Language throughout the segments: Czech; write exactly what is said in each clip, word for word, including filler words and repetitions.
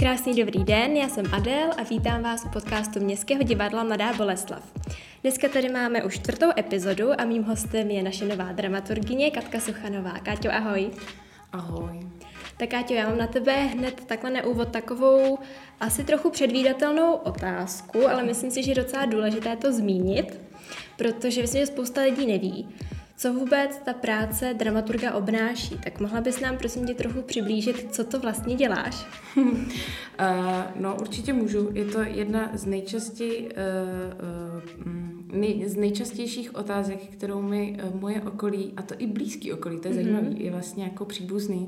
Krásný dobrý den, já jsem Adél a vítám vás u podcastu Městského divadla Mladá Boleslav. Dneska tady máme už čtvrtou epizodu a mým hostem je naše nová dramaturgyně Katka Suchanová. Káťo, ahoj. Ahoj. Tak Káťo, já mám na tebe hned takhle na úvod takovou asi trochu předvídatelnou otázku, ale myslím si, že je docela důležité to zmínit, protože myslím, že spousta lidí neví, co vůbec ta práce dramaturga obnáší. Tak mohla bys nám prosím tě trochu přiblížit, co to vlastně děláš? uh, no určitě můžu. Je to jedna z, nejčastěji, uh, uh, nej, z nejčastějších otázek, kterou mi uh, moje okolí, a to i blízký okolí, to je mm-hmm. zajímavý, je vlastně jako příbuzný,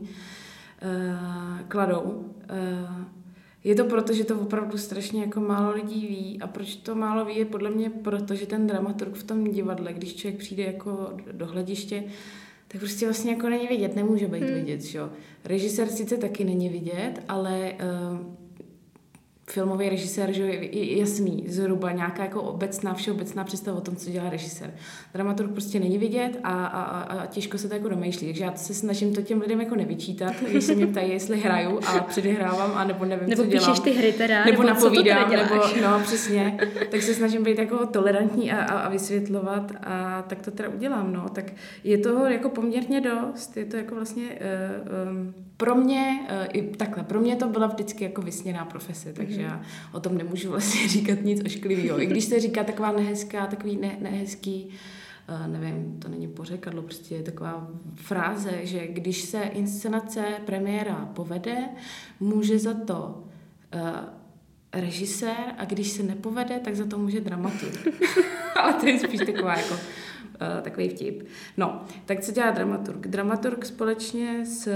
uh, kladou. Uh, Je to proto, že to opravdu strašně jako málo lidí ví a proč to málo ví je podle mě proto, že ten dramaturg v tom divadle, když člověk přijde jako do hlediště, tak prostě vlastně jako není vidět, nemůže být hmm. vidět, že jo. Režisér sice taky není vidět, ale uh, filmový režisér, že je jasný, zhruba nějaká jako obecná, všeobecná představa o tom, co dělá režisér. Dramaturg prostě není vidět a, a, a těžko se to jako domýšlí, takže já se snažím to těm lidem jako nevyčítat, když se mě ptají, jestli hraju a předehrávám, a nebo nevím, nebo co dělám. Nebo píšeš ty hry teda, nebo, nebo napovídám, nebo no přesně, tak se snažím být jako tolerantní a, a, a vysvětlovat a tak to teda udělám, no. Tak je toho jako poměrně dost, je to jako vlastně uh, um, pro mě, uh, i takhle, pro mě to byla vždycky jako vysněná profese, takže já o tom nemůžu vlastně říkat nic ošklivého. I když se říká taková nehezká, takový ne, nehezký, uh, nevím, to není pořekadlo, prostě je taková fráze, že když se inscenace premiéra povede, může za to uh, režisér a když se nepovede, tak za to může dramaturg. Ale to je spíš taková jako uh, takový vtip. No, tak co dělá dramaturg? Dramaturg společně s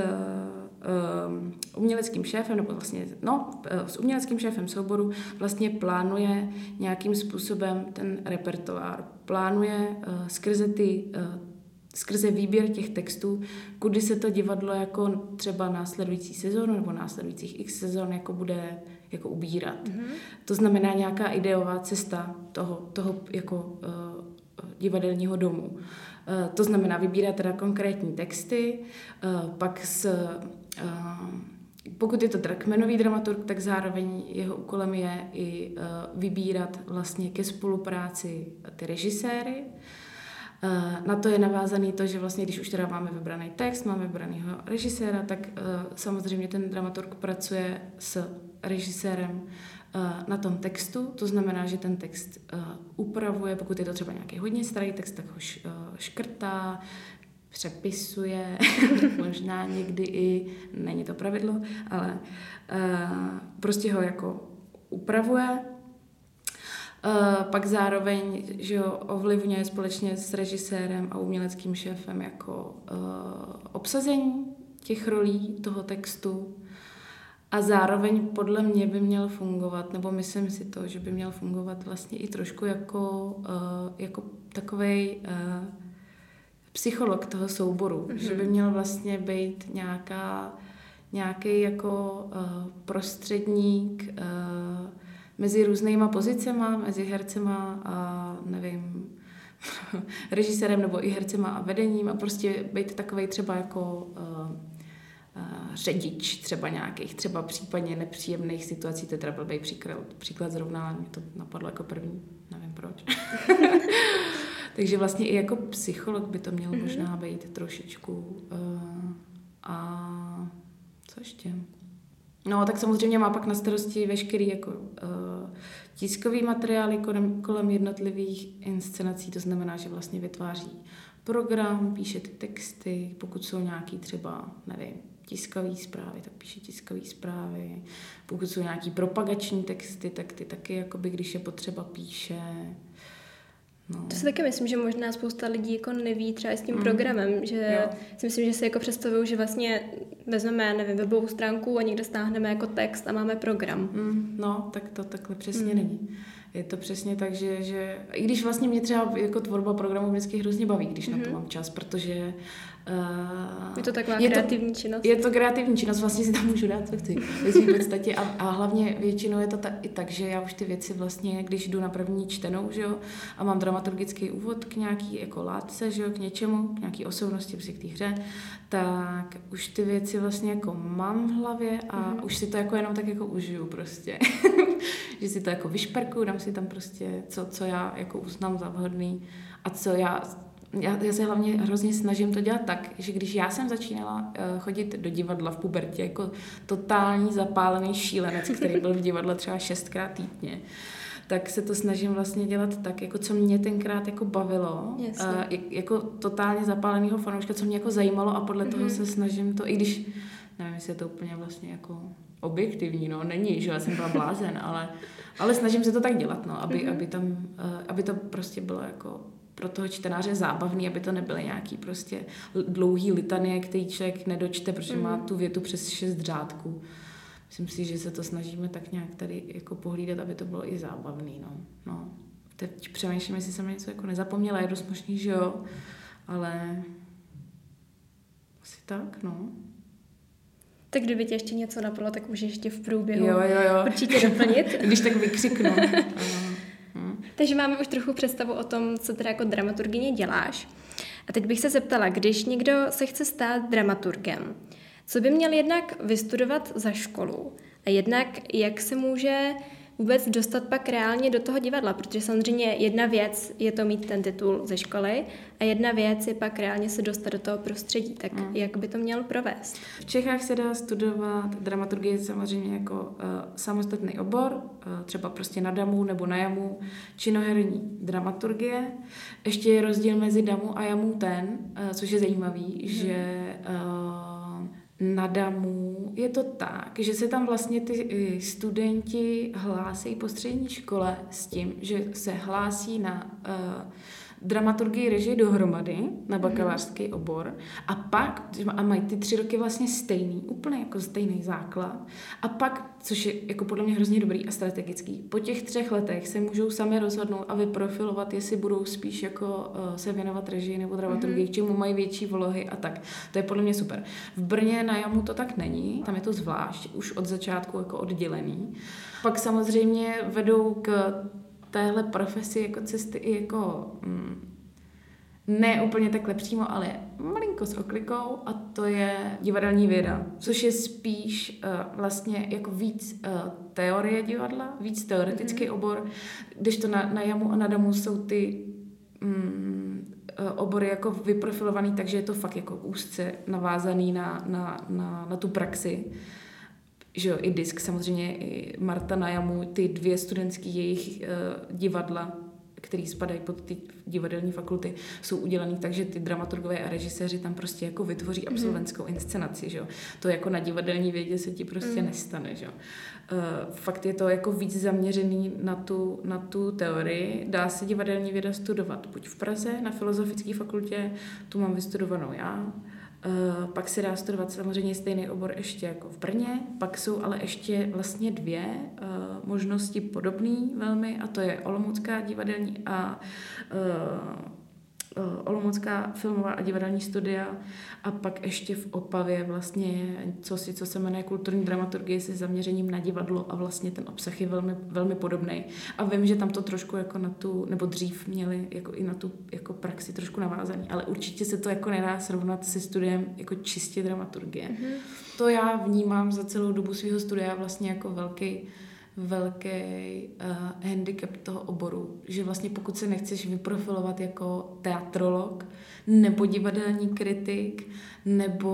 Um, uměleckým šéfem, nebo vlastně, no, s uměleckým šéfem souboru vlastně plánuje nějakým způsobem ten repertoár. Plánuje uh, skrze ty, uh, skrze výběr těch textů, kudy se to divadlo jako třeba následující sezónu nebo následujících x sezon jako bude jako ubírat. Mm-hmm. To znamená nějaká ideová cesta toho, toho jako uh, divadelního domu. Uh, to znamená vybírat teda konkrétní texty, uh, pak s Uh, pokud je to kmenový dramaturg, tak zároveň jeho úkolem je i uh, vybírat vlastně ke spolupráci ty režiséry. Uh, na to je navázaný to, že vlastně, když už teda máme vybraný text, máme vybranýho režiséra, tak uh, samozřejmě ten dramaturg pracuje s režisérem uh, na tom textu. To znamená, že ten text uh, upravuje, pokud je to třeba nějaký hodně starý text, tak ho š, uh, škrtá, přepisuje, možná někdy i, není to pravidlo, ale uh, prostě ho jako upravuje. Uh, pak zároveň, že ho ovlivňuje společně s režisérem a uměleckým šéfem jako uh, obsazení těch rolí toho textu. A zároveň podle mě by měl fungovat, nebo myslím si to, že by měl fungovat vlastně i trošku jako, uh, jako takovej uh, psycholog toho souboru, mm-hmm. že by měl vlastně být nějaká, nějaký jako uh, prostředník uh, mezi různýma pozicema, mezi hercema a nevím, režisérem nebo i hercema a vedením a prostě být takovej třeba jako uh, uh, řidič třeba nějakých, třeba případně nepříjemných situací, to je teda blbý příklad, příklad zrovna, ale mě to napadlo jako první, nevím proč. Takže vlastně i jako psycholog by to měl mm-hmm. možná být trošičku. Uh, a co ještě? No, tak samozřejmě má pak na starosti veškerý jako uh, tiskový materiály kolem, kolem jednotlivých inscenací, to znamená, že vlastně vytváří program, píše ty texty, pokud jsou nějaký třeba, nevím, tiskové zprávy, tak píše tiskové zprávy. Pokud jsou nějaký propagační texty, tak ty taky, jakoby, když je potřeba, píše. No. To si taky myslím, že možná spousta lidí jako neví třeba s tím mm. programem, že jo. si myslím, že si jako představují, že vlastně vezmeme, nevím, webovou stránku a někde stáhneme jako text a máme program. Mm, no, tak to takhle přesně mm. není. Je to přesně tak, že, že i když vlastně mě třeba jako tvorba programu vždycky hrozně baví, když mm-hmm. na to mám čas, protože Uh, je to taková je kreativní to, činnost. Je to kreativní činnost, vlastně si tam můžu dát, co chci. V podstatě a, a hlavně většinou je to ta, i tak, že já už ty věci vlastně, když jdu na první čtenou, že jo, a mám dramaturgický úvod k nějaký jako látce, že jo, k něčemu, k nějaký osobnosti, prostě k té hře, tak už ty věci vlastně jako mám v hlavě a mm-hmm. už si to jako jenom tak jako užiju prostě. Že si to jako vyšperkuju, dám si tam prostě, co, co já jako uznám za vhodný a co já Já, já se hlavně hrozně snažím to dělat tak, že když já jsem začínala uh, chodit do divadla v pubertě jako totální zapálený šílenec, který byl v divadle třeba šestkrát týdně, tak se to snažím vlastně dělat tak, jako co mě tenkrát jako bavilo, uh, jako totálně zapálenýho fanouška, co mě jako zajímalo a podle mm-hmm. toho se snažím to, i když, nevím, jestli je to úplně vlastně jako objektivní, no, není, že já jsem byla blázen, ale, ale snažím se to tak dělat, no, aby, mm-hmm. aby tam, uh, aby to prostě bylo jako pro toho čtenáře zábavný, aby to nebyly nějaký prostě dlouhý litanie, který člověk nedočte, protože mm. má tu větu přes šest řádků. Myslím si, že se to snažíme tak nějak tady jako pohlídat, aby to bylo i zábavný, no. no. Teď přemýšlím, jestli jsem něco jako nezapomněla, je dost možný, že jo, ale asi tak, no. Tak kdyby tě ještě něco napadlo, tak můžeš ještě v průběhu jo, jo, jo. určitě doplnit. Když tak vykřiknu. Takže máme už trochu představu o tom, co teda jako dramaturgyně děláš. A teď bych se zeptala, když někdo se chce stát dramaturgem, co by měl jednak vystudovat za školu a jednak jak se může vůbec dostat pak reálně do toho divadla, protože samozřejmě jedna věc je to mít ten titul ze školy a jedna věc je pak reálně se dostat do toho prostředí, tak mm. jak by to měl provést? V Čechách se dá studovat dramaturgii samozřejmě jako uh, samostatný obor, uh, třeba prostě na damu nebo na jamu, činoherní dramaturgie. Ještě je rozdíl mezi damu a jamu ten, uh, což je zajímavý, mm. že uh, na damu je to tak, že se tam vlastně ty studenti hlásí po střední škole s tím, že se hlásí na uh, dramaturgii režii dohromady, na bakalářský obor a pak, a mají ty tři roky vlastně stejný, úplně jako stejný základ a pak, což je jako podle mě hrozně dobrý a strategický, po těch třech letech se můžou sami rozhodnout a vyprofilovat, jestli budou spíš jako uh, se věnovat režii nebo dramaturgii, mm-hmm. k čemu mají větší vlohy a tak. To je podle mě super. V Brně na jamu to tak není, tam je to zvlášť, už od začátku jako oddělený. Pak samozřejmě vedou k téhle profesi jako cesty i jako mm, ne úplně takhle přímo, ale malinko s oklikou a to je divadelní věda, což je spíš uh, vlastně jako víc uh, teorie divadla, víc teoretický mm-hmm. obor, když to na, na jamu a na damu jsou ty mm, uh, obory jako vyprofilovaný, takže je to fakt jako úzce navázaný na, na, na, na tu praxi. Že jo, i disk, samozřejmě i Marta na jamu, ty dvě studentský jejich uh, divadla, který spadají pod ty divadelní fakulty, jsou udělaný tak, že ty dramaturgové a režiséři tam prostě jako vytvoří absolventskou mm. inscenaci, že jo. To jako na divadelní vědě se ti prostě mm. nestane, že jo. Uh, fakt je to jako víc zaměřený na tu, na tu teorii. Dá se divadelní věda studovat buď v Praze na Filozofické fakultě, tu mám vystudovanou já, Uh, pak se dá studovat samozřejmě stejný obor ještě jako v Brně, pak jsou ale ještě vlastně dvě uh, možnosti podobný velmi a to je Olomoucká divadelní a uh, Olomoucká filmová a divadelní studia a pak ještě v Opavě vlastně co si, co se jmenuje kulturní dramaturgie se zaměřením na divadlo a vlastně ten obsah je velmi, velmi podobný. A vím, že tam to trošku jako na tu, nebo dřív měli jako i na tu jako praxi trošku navázaný, ale určitě se to jako nedá srovnat se studiem jako čistě dramaturgie. Mm-hmm. To já vnímám za celou dobu svého studia vlastně jako velký velký uh, handicap toho oboru, že vlastně pokud se nechceš vyprofilovat jako teatrolog nebo divadelní kritik nebo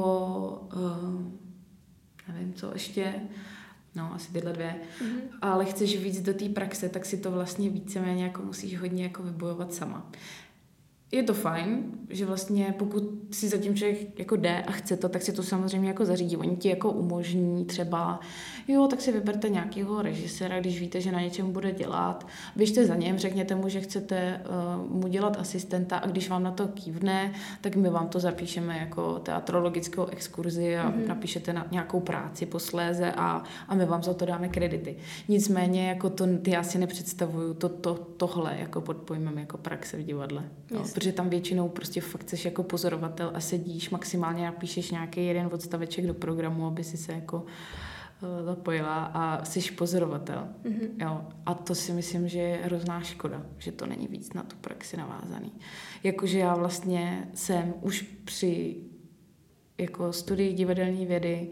uh, nevím co ještě, no asi tyhle dvě, mm-hmm. ale chceš víc do té praxe, tak si to vlastně víceméně jako musíš hodně jako vybojovat sama. je to fajn, že vlastně pokud si za tím člověk jako jde a chce to, tak si to samozřejmě jako zařídí. Oni ti jako umožní třeba, jo, tak si vyberte nějakého režiséra, když víte, že na něčem bude dělat, běžte za něm, řekněte mu, že chcete uh, mu dělat asistenta a když vám na to kývne, tak my vám to zapíšeme jako teatrologickou exkurzi a mm-hmm. napíšete na nějakou práci posléze a, a my vám za to dáme kredity. Nicméně jako to, ty já si nepředstavuju to, to, tohle jako pod pojmem jako praxe v divadle. No, protože tam většinou prostě fakt jsi jako pozorovatel a sedíš, maximálně napíšeš nějaký jeden odstaveček do programu, aby si se jako uh, zapojila a jsi pozorovatel. Mm-hmm. Jo. A to si myslím, že je hrozná škoda, že to není víc na tu praxi navázaný. Jakože já vlastně jsem už při jako studii divadelní vědy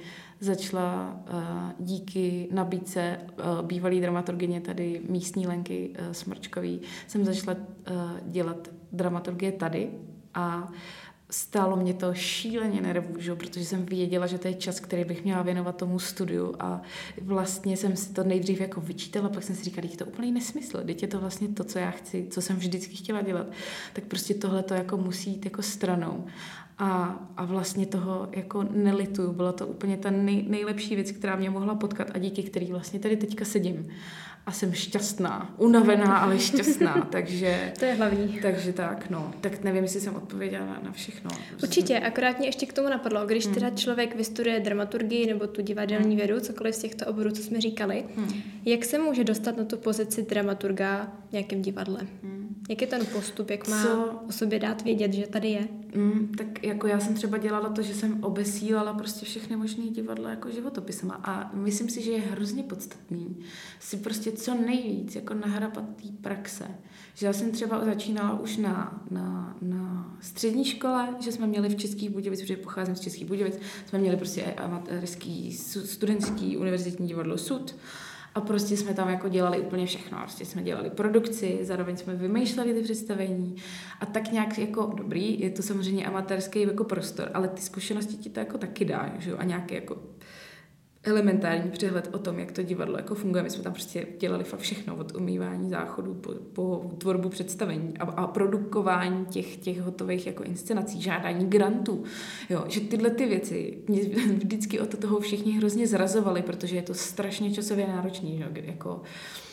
začala uh, díky nabídce uh, bývalý dramaturgyně tady místní Lenky uh, Smrčkový, jsem začala uh, dělat dramaturgie tady a stálo mě to šíleně nervů, že? Protože jsem věděla, že to je čas, který bych měla věnovat tomu studiu a vlastně jsem si to nejdřív jako vyčítala, pak jsem si říkala, že to úplný nesmysl, teď je to vlastně to, co já chci, co jsem vždycky chtěla dělat, tak prostě tohle to jako musí jít jako stranou. A, a vlastně toho jako nelituju. Byla to úplně ta nej, nejlepší věc, která mě mohla potkat a díky který vlastně tady teďka sedím. A jsem šťastná. Unavená, ale šťastná. Takže, to je hlavní. Takže tak, no. Tak nevím, jestli jsem odpověděla na, na všechno. Určitě, akorát mě ještě k tomu napadlo. Když hmm. teda člověk vystuduje dramaturgii nebo tu divadelní hmm. vědu, cokoliv z těchto oborů, co jsme říkali, hmm. jak se může dostat na tu pozici dramaturga v nějakém divadle? Hmm. Jak je ten postup, jak má Co? o sobě dát vědět, že tady je? Mm, tak jako já jsem třeba dělala to, že jsem obesílala prostě všechny možné divadla jako životopisama a myslím si, že je hrozně podstatný si prostě co nejvíc jako nahrabat té praxe. Že já jsem třeba začínala už na, na, na střední škole, že jsme měli v Českých Budějovicích, protože pocházím z Českých Budějovic, jsme měli prostě amatérský, studentský univerzitní divadlo Sud. A prostě jsme tam jako dělali úplně všechno. Prostě jsme dělali produkci, zároveň jsme vymýšleli ty představení a tak nějak jako dobrý, je to samozřejmě amatérský jako prostor, ale ty zkušenosti ti to jako taky dá, že jo? A nějaký jako elementární přehled o tom, jak to divadlo jako funguje. My jsme tam prostě dělali fakt všechno, od umývání záchodů po, po tvorbu představení a, a produkování těch, těch hotových jako inscenací, žádání grantů. Jo, že tyhle ty věci mě vždycky od toho všichni hrozně zrazovali, protože je to strašně časově náročný, že? Jako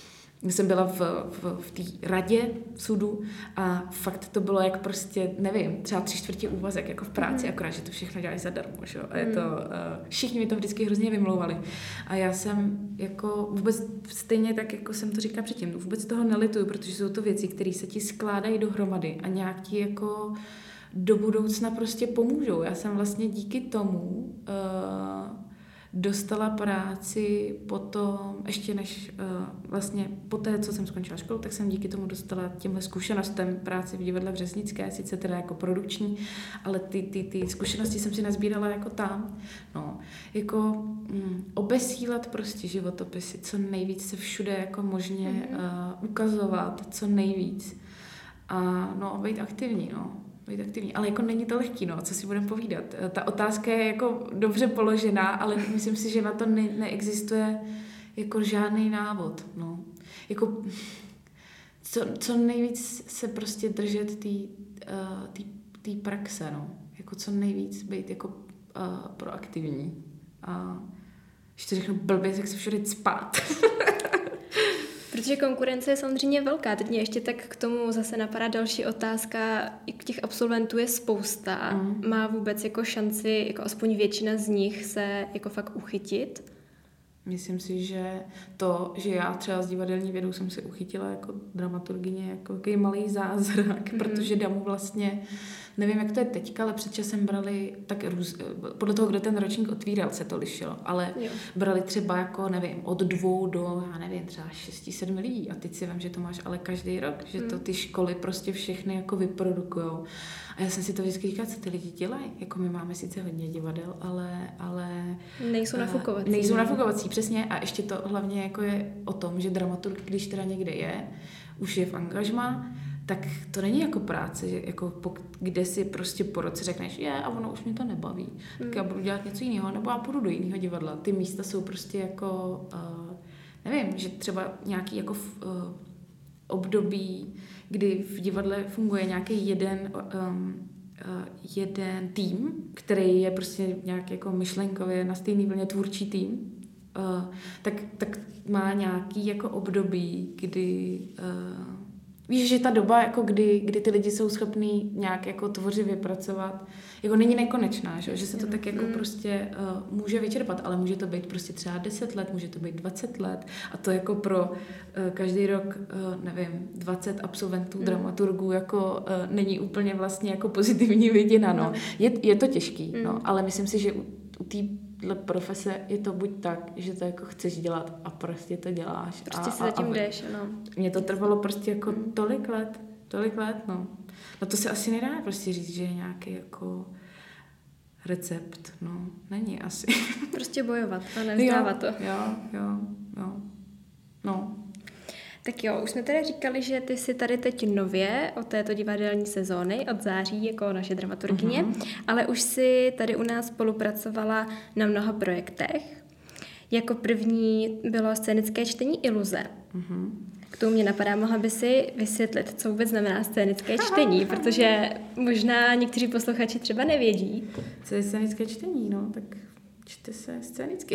jsem byla v, v, v té radě sudu a fakt to bylo jak prostě, nevím, třeba tři čtvrtě úvazek jako v práci, mm. akorát, že to všechno dělají zadarmo, že? A je to, uh, všichni mi to vždycky hrozně vymlouvali. A já jsem jako vůbec stejně tak, jako jsem to říkala předtím, vůbec toho nelituju, protože jsou to věci, které se ti skládají dohromady a nějak ti jako do budoucna prostě pomůžou. Já jsem vlastně díky tomu uh, dostala práci potom, ještě než uh, vlastně po té, co jsem skončila školu, tak jsem díky tomu dostala těmhle zkušenostem práci v divadle Vřesnické, sice teda jako produkční, ale ty, ty, ty zkušenosti jsem si nazbírala jako tam. No, jako mm, obesílat prostě životopisy, co nejvíc se všude jako možně mm-hmm. uh, ukazovat, co nejvíc. A no, být aktivní, no. být aktivní. Ale jako není to lehký, no, co si budeme povídat. Ta otázka je jako dobře položená, ale myslím si, že na to ne- neexistuje jako žádný návod, no. Jako co, co nejvíc se prostě držet té uh, praxe, no. Jako co nejvíc být jako uh, proaktivní. A když to řeknu blbě, tak se všude spát. Protože konkurence je samozřejmě velká. Teď mě ještě tak k tomu zase napadá další otázka. Těch absolventů je spousta. Mm. Má vůbec jako šanci, jako aspoň většina z nich se jako fakt uchytit? Myslím si, že to, že já třeba s divadelní vědou jsem si uchytila jako dramaturgyně, jako jaký malý zázrak, mm. protože Damu vlastně, nevím, jak to je teďka, ale před časem brali, tak růz, podle toho, kdo ten ročník otvíral, se to lišilo, ale jo. brali třeba jako, nevím, od dvou do, já nevím, třeba šesti, sedmi lidí a teď si vím, že to máš ale každý rok, že mm. to ty školy prostě všechny jako vyprodukujou. A já jsem si to vždycky říkala, co ty lidi dělají. Jako my máme sice hodně divadel, ale... ale nejsou nafukovací. Nejsou nafukovací, přesně. A ještě to hlavně jako je o tom, že dramaturg, když teda někde je, už je v angažmá, tak to není jako práce, že jako pok- kde si prostě po roce řekneš, je, a ono už mě to nebaví, hmm. tak já budu dělat něco jiného, nebo já půjdu do jiného divadla. Ty místa jsou prostě jako, uh, nevím, že třeba nějaký jako uh, období, kdy v divadle funguje nějaký jeden, um, uh, jeden tým, který je prostě nějak jako myšlenkově na stejný vlně tvůrčí tým, uh, tak, tak má nějaký jako období, kdy uh, víš, že ta doba, jako kdy, kdy ty lidi jsou schopní nějak jako tvořivě pracovat, jako není nekonečná, že, že se to tak jako mm. prostě uh, může vyčerpat, ale může to být prostě třeba deset let, může to být dvacet let a to jako pro uh, každý rok, uh, nevím, dvacet absolventů, mm. dramaturgů jako uh, není úplně vlastně jako pozitivní viděna, no. Je, je to těžký, mm. no, ale myslím si, že u, u té profese je to buď tak, že to jako chceš dělat a prostě to děláš. Prostě a, si zatím a, a jdeš, no. Mně to trvalo prostě jako mm. tolik let, tolik let, no. No to se asi nedá prostě říct, že je nějaký jako recept, no, není asi. Prostě bojovat a nevzdávat to. Jo, jo, jo, no. Tak jo, už jsme tady říkali, že ty jsi tady teď nově od této divadelní sezóny, od září, jako naše dramaturgyně, uh-huh. ale už jsi tady u nás spolupracovala na mnoha projektech. Jako první bylo scénické čtení Iluze. Uh-huh. K tomu mě napadá, mohla by si vysvětlit, co vůbec znamená scénické čtení, protože možná někteří posluchači třeba nevědí. Co je scénické čtení, no, tak čte se scénicky.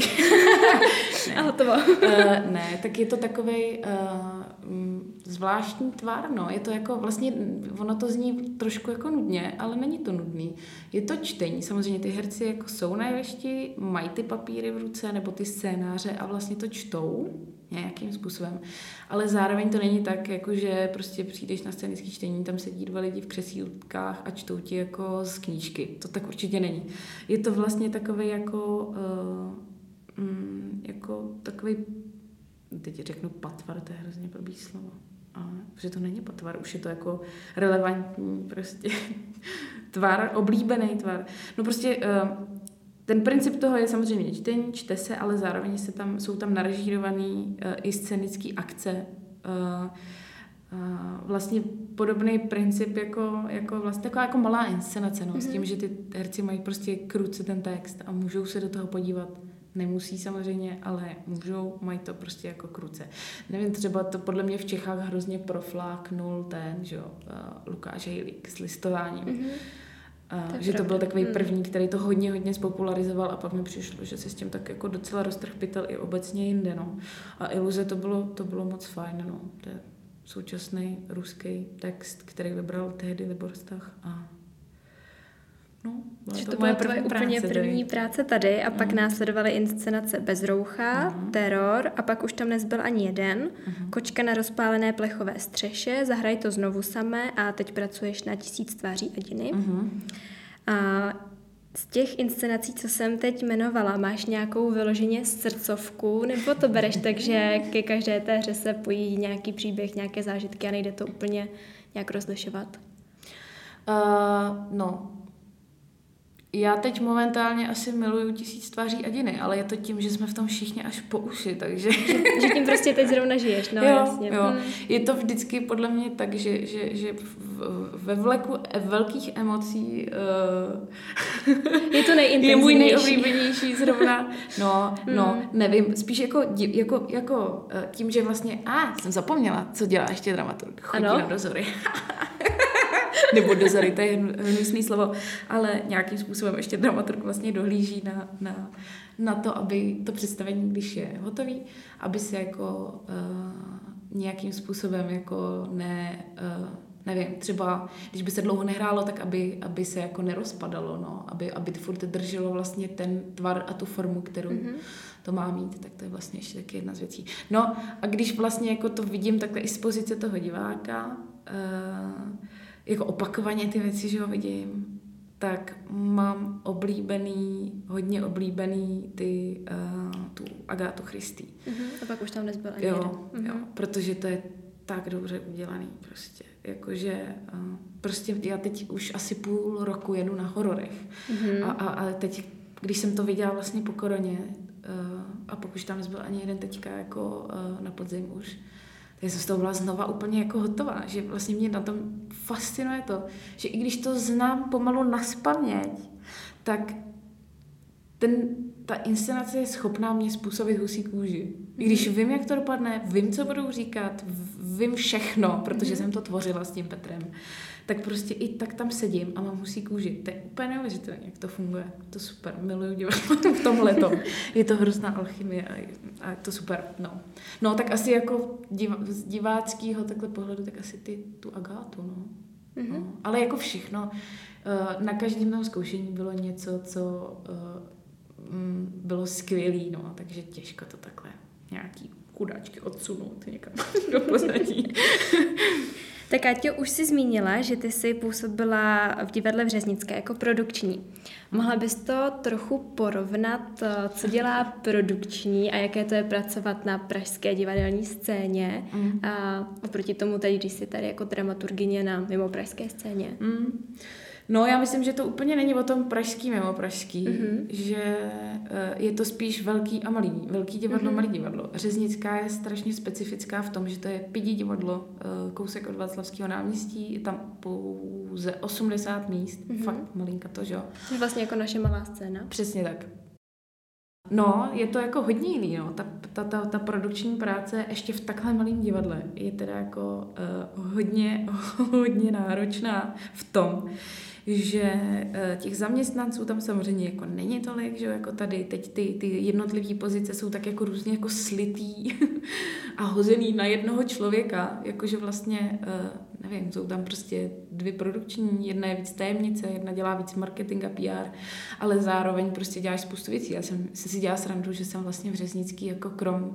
A hotovo. uh, ne, tak je to takovej uh, zvláštní tvar, no. Je to jako vlastně, ono to zní trošku jako nudně, ale není to nudný. Je to čtení, samozřejmě ty herci jako jsou na jevišti, mají ty papíry v ruce nebo ty scénáře a vlastně to čtou nějakým způsobem. Ale zároveň to není tak, jako že prostě přijdeš na scénické čtení, tam sedí dva lidi v křesílkách a čtou ti jako z knížky. To tak určitě není. Je to vlastně takový jako uh, mm, jako takový, teď řeknu patvar, to je hrozně blbý slovo. Ale protože to není patvar, už je to jako relevantní prostě tvar, oblíbený tvar. No prostě uh, ten princip toho je samozřejmě čtení, čte se, ale zároveň se tam, jsou tam narežírovaný uh, i scénické akce. Uh, uh, vlastně podobný princip jako, jako vlastně taková jako malá inscenace, no, mm-hmm. s tím, že ty herci mají prostě k ruce ten text a můžou se do toho podívat. Nemusí samozřejmě, ale můžou, mají to prostě jako k ruce. Nevím, třeba to podle mě v Čechách hrozně profláknul ten, že jo, uh, Lukáš Hejlík s listováním. Mm-hmm. Uh, že to byl takový první, který to hodně, hodně spopularizoval a pak mi přišlo, že se s tím tak jako docela roztrhpitel i obecně jinde, no. A Iluze to bylo, to bylo moc fajn, no. To je současný ruský text, který vybral tehdy Libor Stach a no, že to, to byla tvoje úplně první práce tady a pak mm. následovaly inscenace Bezroucha, mm. Teror a pak už tam nezbyl ani jeden. Mm. Kočka na rozpálené plechové střeše, Zahraj to znovu samé a teď pracuješ na Tisíc tváří Adiny. Mm. A z těch inscenací, co jsem teď jmenovala, máš nějakou vyloženě srdcovku, nebo to bereš tak, že ke každé té hře se pojí nějaký příběh, nějaké zážitky a nejde to úplně nějak rozlišovat? Uh, no, já teď momentálně asi miluju Tisíc tváří Adiny, ale je to tím, že jsme v tom všichni až po uši, takže... Že, že tím prostě teď zrovna žiješ, no jo, jasně. Jo. Hmm. Je to vždycky podle mě tak, že, že, že ve vleku velkých emocí uh, je to nejintenzivnější. Je můj nejoblíbenější zrovna. No, hmm. no, nevím, spíš jako, jako, jako tím, že vlastně, a ah, jsem zapomněla, co dělá ještě dramaturg. Chodí ano? na dozory. Nebo dozory, to je hnusný slovo, ale nějakým způsobem ještě dramaturg vlastně dohlíží na, na, na to, aby to představení, když je hotový, aby se jako uh, nějakým způsobem jako ne, uh, nevím, třeba když by se dlouho nehrálo, tak aby, aby se jako nerozpadalo, no, aby, aby furt drželo vlastně ten tvar a tu formu, kterou mm-hmm. to má mít, tak to je vlastně ještě taky jedna z věcí. No a když vlastně jako to vidím takhle i z pozice toho diváka, uh, jako opakovaně ty věci, že ho vidím, tak mám oblíbený, hodně oblíbený ty, uh, tu Agátu Christie. Uh-huh. A pak už tam nezbyl ani jo, jeden. Uh-huh. Jo, protože to je tak dobře udělaný prostě. Jakože uh, prostě já teď už asi půl roku jedu na hororech. Uh-huh. A, a, a teď, když jsem to viděla vlastně po koroně uh, a pokud už tam nezbyl ani jeden teďka jako uh, na podzim už, já jsem z toho byla znova úplně jako hotová, že vlastně mě na tom fascinuje to, že i když to znám pomalu naspaměť, tak ten, ta inscenace je schopná mě způsobit husí kůži. I když vím, jak to dopadne, vím, co budou říkat, vím všechno, protože jsem to tvořila s tím Petrem, tak prostě i tak tam sedím a mám husí kůži. To je úplně neuvěřitelné, jak to funguje. To super, miluju divadlo v tomhletom. Je to hrozná alchymie a je, a je to super. No. no, tak asi jako div, z diváckého takhle pohledu, tak asi ty, tu Agátu, no. Mm-hmm. no. Ale jako všechno, na každém tom zkoušení bylo něco, co bylo skvělý, no, takže těžko to takhle nějaký chudáčky odsunout někam do pozadí. Tak Káťo, už jsi zmínila, že ty jsi působila v divadle v Řeznické jako produkční. Mohla bys to trochu porovnat, co dělá produkční a jaké to je pracovat na pražské divadelní scéně mm. a oproti tomu tady, když jsi tady jako dramaturgyně na mimo pražské scéně? Mm. No, já myslím, že to úplně není o tom pražský mimo pražský, mm-hmm. že je to spíš velký a malý. Velký divadlo, mm-hmm. malý divadlo. Řeznická je strašně specifická v tom, že to je pidi divadlo, kousek od Václavského náměstí, je tam pouze osmdesát míst, mm-hmm. fakt malinka to, že jo. To je vlastně jako naše malá scéna. Přesně tak. No, je to jako hodně jiný, no. Ta, ta, ta, ta produkční práce ještě v takhle malém divadle je teda jako uh, hodně, hodně náročná v tom, že uh, těch zaměstnanců tam samozřejmě jako není tolik, že jako tady teď ty, ty jednotlivé pozice jsou tak jako různě jako slitý a hozený na jednoho člověka, jakože vlastně, uh, nevím, jsou tam prostě dvě produkční, jedna je víc tajemnice, jedna dělá víc marketing a P R, ale zároveň prostě děláš spoustu věcí. Já jsem si dělala srandu, že jsem vlastně v Řeznický jako krom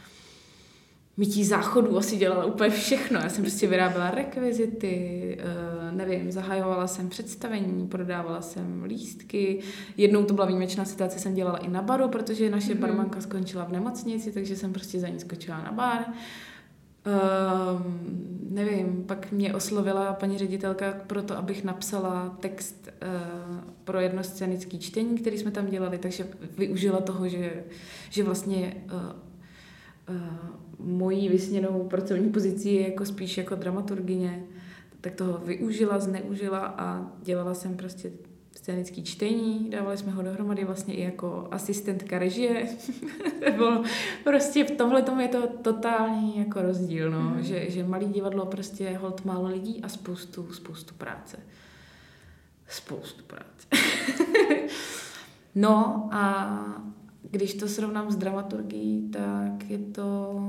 mytí záchodů asi dělala úplně všechno. Já jsem prostě vyráběla rekvizity, nevím, zahajovala jsem představení, prodávala jsem lístky. Jednou to byla výjimečná situace, jsem dělala i na baru, protože naše mm-hmm. barmanka skončila v nemocnici, takže jsem prostě za ní skočila na bar. Um, nevím, pak mě oslovila paní ředitelka proto, abych napsala text uh, pro jedno scénické čtení, který jsme tam dělali, takže využila toho, že, že vlastně uh, uh, mojí vysněnou pracovní pozici je jako spíš jako dramaturgyně, tak toho využila, zneužila a dělala jsem prostě scénické čtení, dávali jsme ho dohromady vlastně i jako asistentka režie. Bylo prostě v tomhle tomu je to totální jako rozdíl, no, mm. že, že malý divadlo prostě holt málo lidí a spoustu, spoustu práce. Spoustu práce. No a když to srovnám s dramaturgií, tak je to...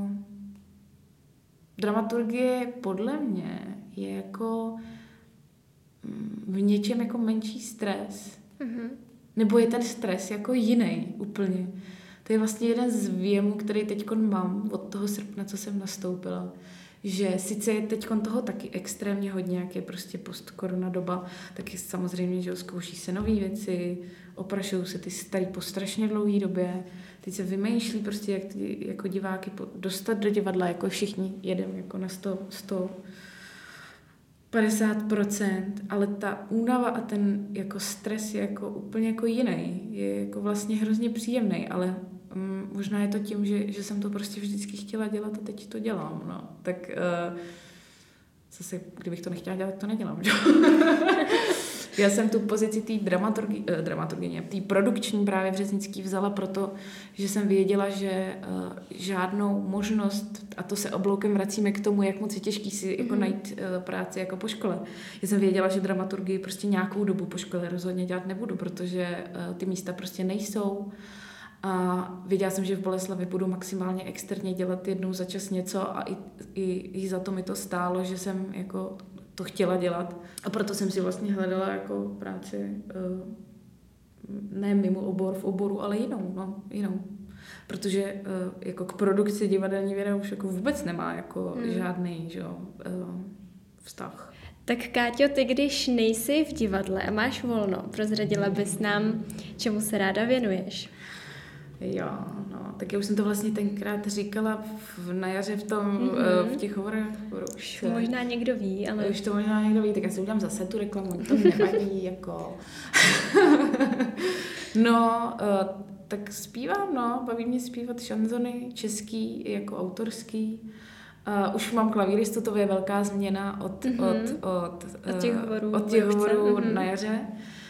Dramaturgie podle mě je jako v něčem jako menší stres. Mm-hmm. Nebo je ten stres jako jiný úplně. To je vlastně jeden z věmů, který teďkon mám od toho srpna, co jsem nastoupila. Že sice je teďkon toho taky extrémně hodně, jak je prostě post-korona doba, tak je samozřejmě, že zkouší se nové věci, oprašují se ty starý po strašně dlouhé době. Teď se vymýšlí prostě, jak ty jako diváky dostat do divadla, jako všichni jedem jako na sto, sto padesát procent, ale ta únava a ten jako stres je jako úplně jako jiný. Je jako vlastně hrozně příjemný, ale um, možná je to tím, že, že jsem to prostě vždycky chtěla dělat a teď to dělám, no. Tak uh, zase, kdybych to nechtěla dělat, to nedělám, že? Já jsem tu pozici té dramaturgi, eh, dramaturgyně, té produkční právě v Řeznický vzala proto, že jsem věděla, že uh, žádnou možnost, a to se obloukem vracíme k tomu, jak moc je těžký si jako mm. najít uh, práci jako po škole. Já jsem věděla, že dramaturgii prostě nějakou dobu po škole rozhodně dělat nebudu, protože uh, ty místa prostě nejsou. A věděla jsem, že v Boleslavi budu maximálně externě dělat jednou za čas něco a i, i, i za to mi to stálo, že jsem jako to chtěla dělat. A proto jsem si vlastně hledala jako práci ne mimo obor, v oboru, ale jinou, no, jinou. Protože jako k produkci divadelní věda už jako vůbec nemá jako hmm. žádný, že jo, vztah. Tak Káťo, ty když nejsi v divadle a máš volno, prozradila bys nám, čemu se ráda věnuješ? Jo, no, tak já už jsem to vlastně tenkrát říkala v, na jaře v tom, mm-hmm. v těch hovorech. Už to možná někdo ví, ale... Už to možná někdo ví, tak já si udělám zase tu reklamu, to nevadí, jako... No, uh, tak zpívám, no, baví mě zpívat šanzony, český, jako autorský. Uh, už mám klavíristu, to je velká změna od, mm-hmm. od, od, od těch hovorů, od těch hovorů mm-hmm. na jaře.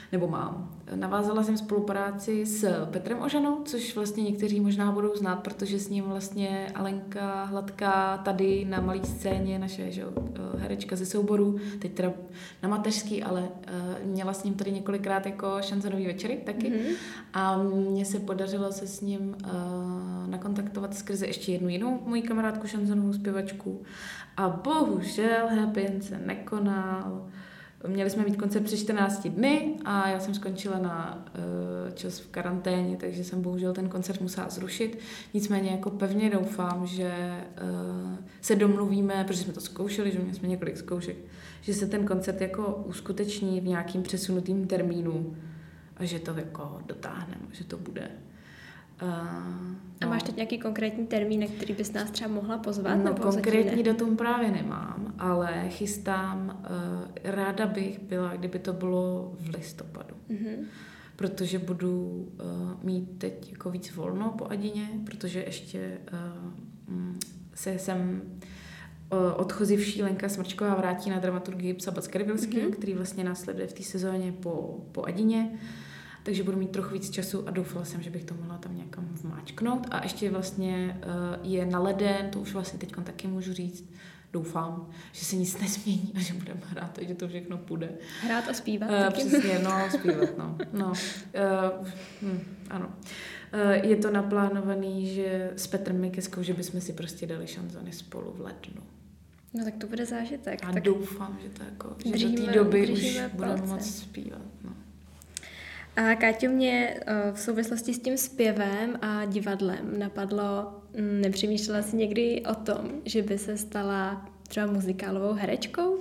nebo mám. Navázala jsem spolupráci s Petrem Ožanou, což vlastně někteří možná budou znát, protože s ním vlastně Alenka Hladká tady na malé scéně, naše že, herečka ze souboru, teď teda na mateřský, ale uh, měla s ním tady několikrát jako šanzonový večery taky. Mm-hmm. A mně se podařilo se s ním uh, nakontaktovat skrze ještě jednu jinou moji kamarádku šanzonovou zpěvačku. A bohužel happy end se nekonal. Měli jsme mít koncert před čtrnácti dny a já jsem skončila na uh, čas v karanténě, takže jsem bohužel ten koncert musela zrušit. Nicméně jako pevně doufám, že uh, se domluvíme, protože jsme to zkoušeli, že měli jsme několik zkoušek, že se ten koncert jako uskuteční v nějakým přesunutým termínu a že to jako dotáhneme, že to bude. Uh, a máš teď nějaký konkrétní termín, na který bys nás třeba mohla pozvat? No nebo konkrétní datum právě nemám, ale chystám, uh, ráda bych byla, kdyby to bylo v listopadu. Mm-hmm. Protože budu uh, mít teď jako víc volno po Adině, protože ještě uh, se sem uh, odchozivší Lenka Smrčková vrátí na dramaturgii Psa Backaribylského, mm-hmm. který vlastně následuje v té sezóně po, po Adině. Takže budu mít trochu víc času a doufala jsem, že bych to mohla tam někam vmáčknout. A ještě vlastně uh, je na leden, to už vlastně teď taky můžu říct, doufám, že se nic nezmění a že budeme hrát, takže to všechno půjde. Hrát a zpívat. Uh, přesně, no, zpívat, no. no. Uh, hm, ano. Uh, je to naplánovaný, že s Petrem Mikeskou, že bychom si prostě dali šanzony spolu v lednu. No tak to bude zážitek. A tak doufám, že to jako, že držíme, do té doby už palce. budeme moc zpívat, no. A Káťo, mě v souvislosti s tím zpěvem a divadlem napadlo, nepřemýšlela jsi někdy o tom, že by se stala třeba muzikálovou herečkou?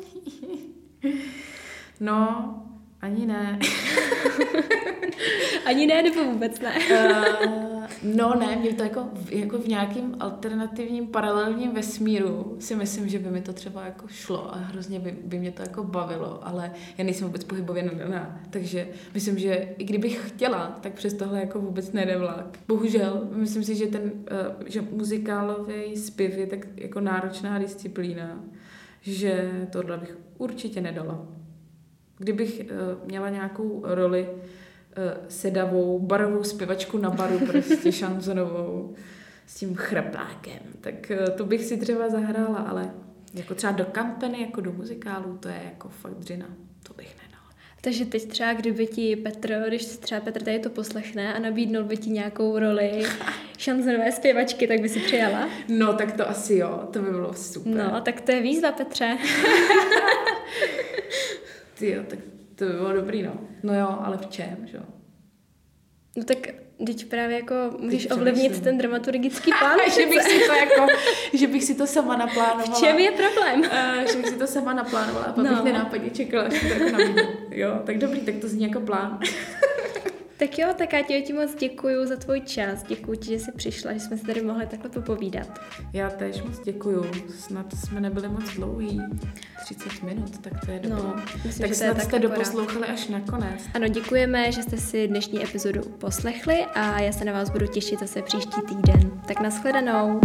No, ani ne. Ani ne, nebo vůbec ne? uh, no ne, mě to jako, jako v nějakým alternativním paralelním vesmíru si myslím, že by mi to třeba jako šlo a hrozně by, by mě to jako bavilo, ale já nejsem vůbec pohybově nadaná, takže myslím, že i kdybych chtěla, tak přes tohle jako vůbec nejde vlak. Bohužel, myslím si, že ten, uh, že muzikálový zpěv je tak jako náročná disciplína, že tohle bych určitě nedala. Kdybych uh, měla nějakou roli uh, sedavou, barovou zpěvačku na baru, prostě šanzonovou, s tím chraplákem, tak uh, to bych si třeba zahrála, ale jako třeba do kampany, jako do muzikálu, to je jako fakt dřina, to bych nedala. Takže teď třeba, kdyby ti Petr, když třeba Petr tady to poslechne a nabídnul by ti nějakou roli šanzonové zpěvačky, tak by si přijala? No, tak to asi jo, to by bylo super. No, tak to je výzva, Petře. Ty jo, tak to by bylo dobrý, no. No jo, ale v čem, že jo? No tak teď právě jako můžeš ovlivnit myslím. ten dramaturgický plán. že bych si to jako, že bych si to sama naplánovala. V čem je problém? Uh, že bych si to sama naplánovala a pak no. bych nenápadně čekala, až to jako nabídnu. Jo, tak dobrý, tak to zní jako plán. Tak jo, tak já ti moc děkuju za tvůj čas. Děkuju ti, že jsi přišla, že jsme si tady mohli takhle popovídat. Já též moc děkuju. Snad jsme nebyli moc dlouhý. třicet minut, tak to je dobrý. No, myslím, tak snad jste doposlouchali až nakonec. Ano, děkujeme, že jste si dnešní epizodu poslechli a já se na vás budu těšit zase příští týden. Tak nashledanou.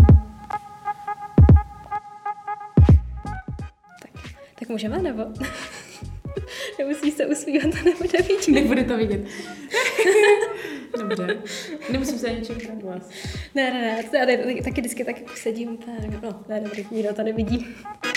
Tak, tak můžeme, nebo? Nemusíš se usmívat, to nebude vidět. Nebude to vidět. Dobře. Nemusím se ani čekat na vás. Ne, ne, ne. Já tady taky vždycky tak jako sedím. No, ne, dobrý, nikdo to nevidí.